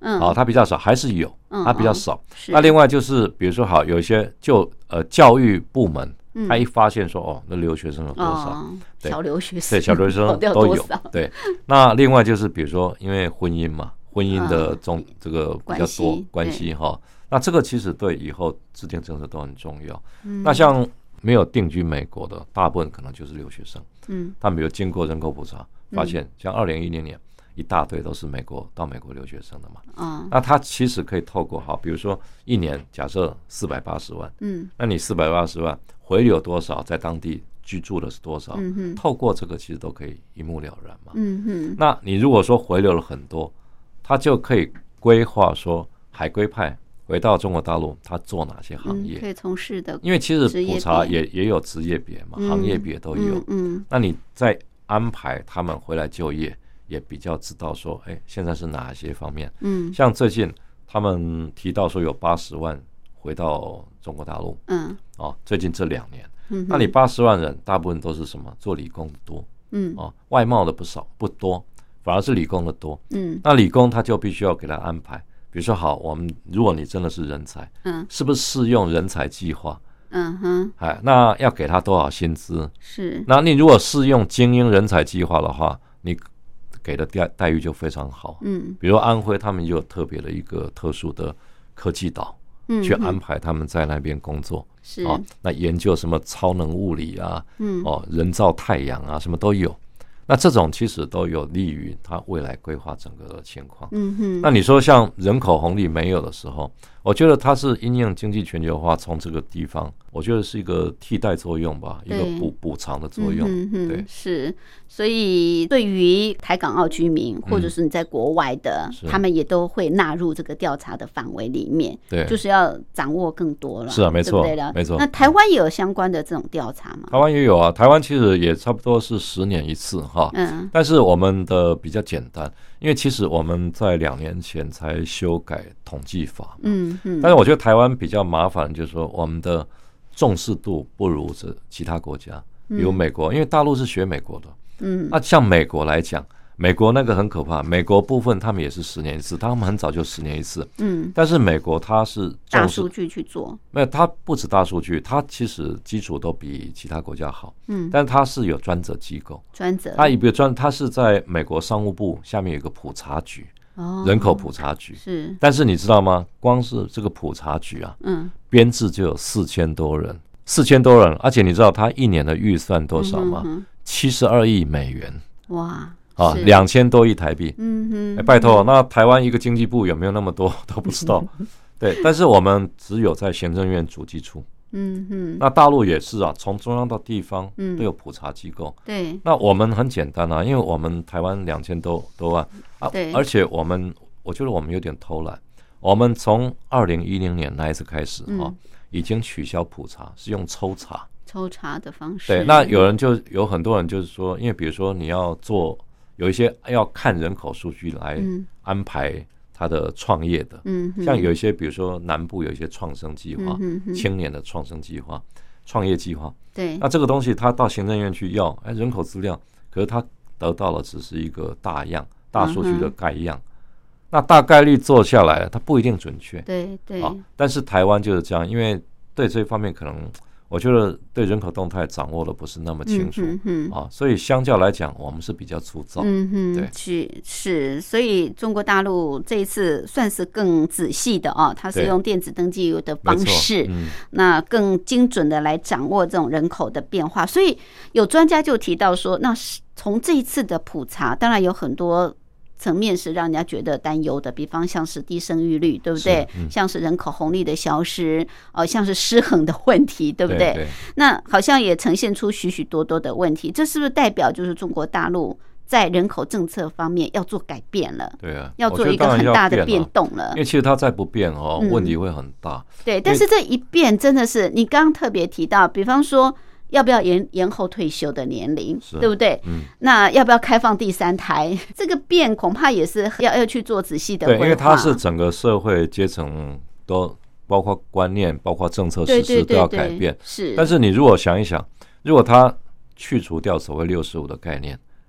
[SPEAKER 4] 它比较少，还是有，它比较少。那另外就是比如说好，有一些教育部门，他一发现说那留学生有多少，
[SPEAKER 2] 小留学生，
[SPEAKER 4] 对，小留学生都有，对。那另外就是比如说因为婚姻嘛，婚姻的这个比较多关系哈，那这个其实对以后制定政策都很重要。那像没有定居美国的，大部分可能就是留学生，他们有经过人口普查，发现像2010年一大堆都是到美国留学生的嘛，那他其实可以透过比如说一年假设480万，那你480万回流多少，在当地居住的是多少，透过这个其实都可以一目了然嘛。那你如果说回流了很多，他就可以规划说海归派回到中国大陆，他做哪些行业可
[SPEAKER 2] 以从事的，
[SPEAKER 4] 因为其实普查也有职业别嘛，行业别都有。那你再安排他们回来就业，也比较知道说，现在是哪些方面。像最近他们提到说有80万回到中国大陆，最近这2年，那你80万人大部分都是什么？做理工的多，外贸的不多，反而是理工的多。那理工他就必须要给他安排，比如说好，如果你真的是人才，是不是适用人才计划？那要给他多少薪资？是。那你如果适用精英人才计划的话，你给的待遇就非常好。比如安徽他们就有特别的一个特殊的科技岛，去安排他们在那边工作。是。那研究什么超能物理啊，人造太阳啊，什么都有。那这种其实都有利于他未来规划整个的情况。那你说像人口红利没有的时候，我觉得它是因应经济全球化，从这个地方，我觉得是一个替代作用吧，一个补偿的作用。对，
[SPEAKER 2] 是。所以对于台港澳居民，或者是你在国外的，他们也都会纳入这个调查的范围里面。对，就是要掌握更多了。
[SPEAKER 4] 是啊，没错，没错。
[SPEAKER 2] 那台湾也有相关的这种调查吗？
[SPEAKER 4] 台湾也有啊，台湾其实也差不多是10年一次哈。但是我们的比较简单，因为其实我们在2年前才修改统计法。但是我觉得台湾比较麻烦，就是说我们的重视度不如其他国家，比如美国，因为大陆是学美国的。那像美国来讲，美国那个很可怕，美国部分他们也是10年一次，他们很早就10年一次。但是美国它是
[SPEAKER 2] 大数据去做，
[SPEAKER 4] 没有，它不止大数据，它其实基础都比其他国家好。但是它是有专责机构，它是在美国商务部下面有一个普查局。人口普查局是，但是你知道吗？光是这个普查局啊，编制就有4000多人，而且你知道他一年的预算多少吗？72亿美元，哇，2000多亿台币。拜托，那台湾一个经济部有没有那么多都不知道。对，但是我们只有在行政院主计处。那大陆也是啊，从中央到地方都有普查机构。对，那我们很简单啊，因为我们台湾2000多万啊，而且我觉得我们有点偷懒。我们从2010年那一次开始已经取消普查，是用抽查的方式。对，那有很多人就是说，因为比如说你要做有一些要看人口数据来安排他的创业的，像有一些比如说南部有一些创生计划，青年的创生计划、创业计划，对，那这个东西他到行政院去要人口资料，可是他得到了只是一个大数据的概样，那大概率做下来它不一定准确，对，但是台湾就是这样，因为对这方面可能我觉得对人口动态掌握的不是那么清楚所以相较来讲，我们是比较粗糙。
[SPEAKER 2] 对，是，所以中国大陆这一次算是更仔细的它是用电子登记的方式，那更精准的来掌握这种人口的变化。所以有专家就提到说，那从这一次的普查，当然有很多层面是让人家觉得担忧的，比方像是低生育率，对不对？像是人口红利的消失，像是失衡的问题，对不对？对，那好像也呈现出许许多多的问题，这是不是代表就是中国大陆在人口政策方面要做改变了？对啊，要做一个很大的变动了。
[SPEAKER 4] 因为其实它再不变问题会很大。
[SPEAKER 2] 对，但是这一变真的是你刚刚特别提到，比方说要不要延后退休的年龄，对不对？那要不要开放第3胎？这个变恐怕也是要去做仔细的规划。
[SPEAKER 4] 对，因为它是整个社会阶层都包括观念、包括政策实施都要改变。是，但是你如果想一想，如果它去除掉所谓65的概念，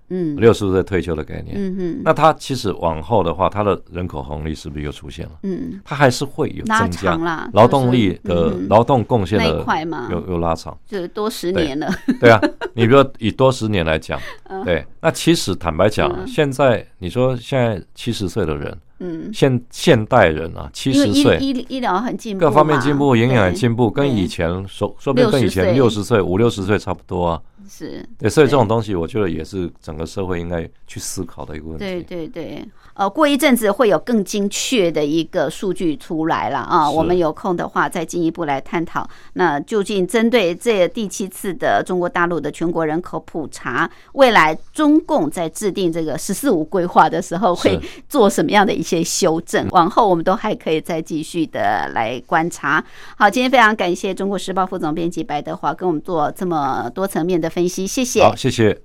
[SPEAKER 4] 60岁退休的概念。那它其实往后的话，它的人口红利是不是又出现了？它还是会有增加，劳动力的劳动贡献的有拉长，
[SPEAKER 2] 就是多10年了。
[SPEAKER 4] 对啊，你比如说以多10年来讲，对，那其实坦白讲，现在你说现在70岁的人。现代人啊，70岁，
[SPEAKER 2] 医疗很进步，
[SPEAKER 4] 各方面进步，营养也进步，跟以前说不定跟以前60岁、50-60岁差不多啊。
[SPEAKER 2] 是，
[SPEAKER 4] 对，所以这种东西，我觉得也是整个社会应该去思考的一个问题。
[SPEAKER 2] 对，过一阵子会有更精确的一个数据出来了啊。我们有空的话再进一步来探讨。那究竟针对这第7次的中国大陆的全国人口普查，未来中共在制定这个“14五”规划的时候，会做什么样的一些修正？往后我们都还可以再继续的来观察。好，今天非常感谢中国时报副总编辑白德华跟我们做这么多层面的分析，谢谢。
[SPEAKER 4] 好，谢谢。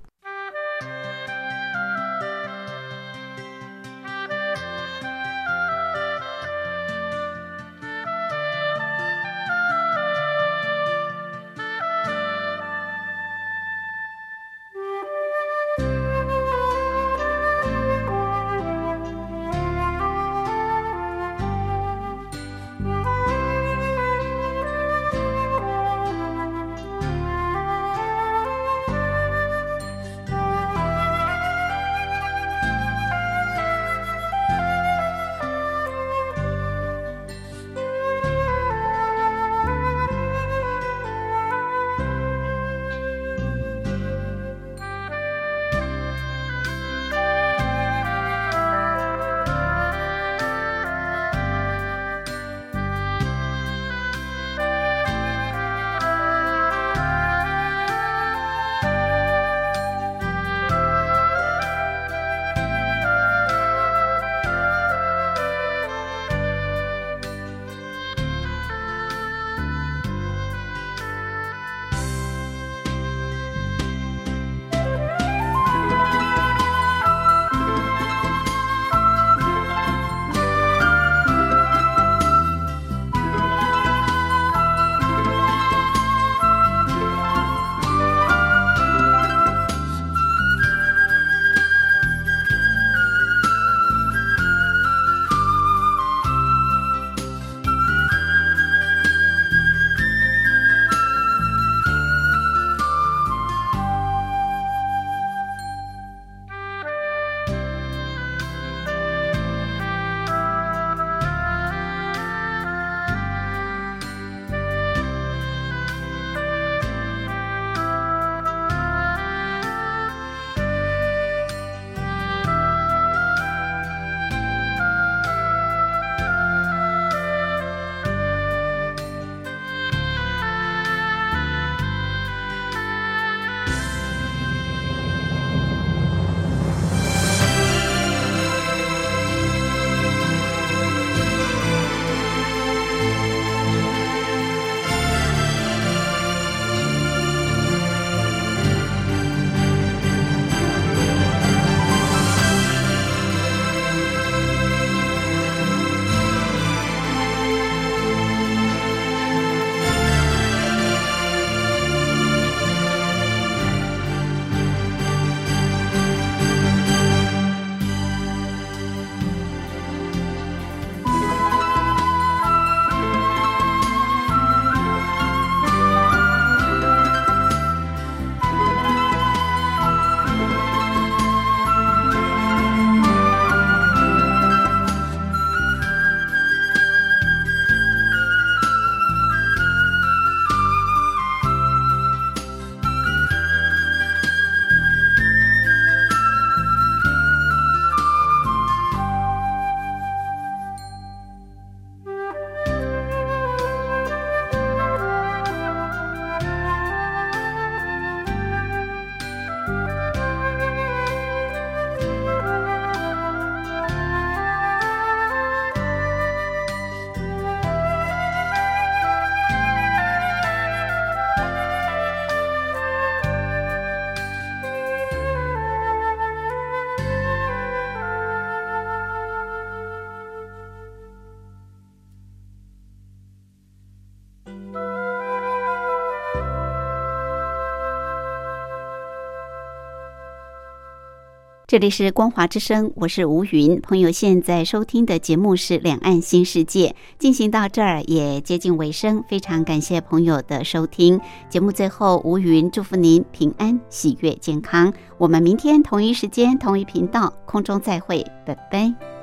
[SPEAKER 2] 这里是光华之声，我是吴云。朋友现在收听的节目是两岸新世界，进行到这儿也接近尾声，非常感谢朋友的收听。节目最后，吴云祝福您平安、喜悦、健康。我们明天同一时间、同一频道空中再会，拜拜。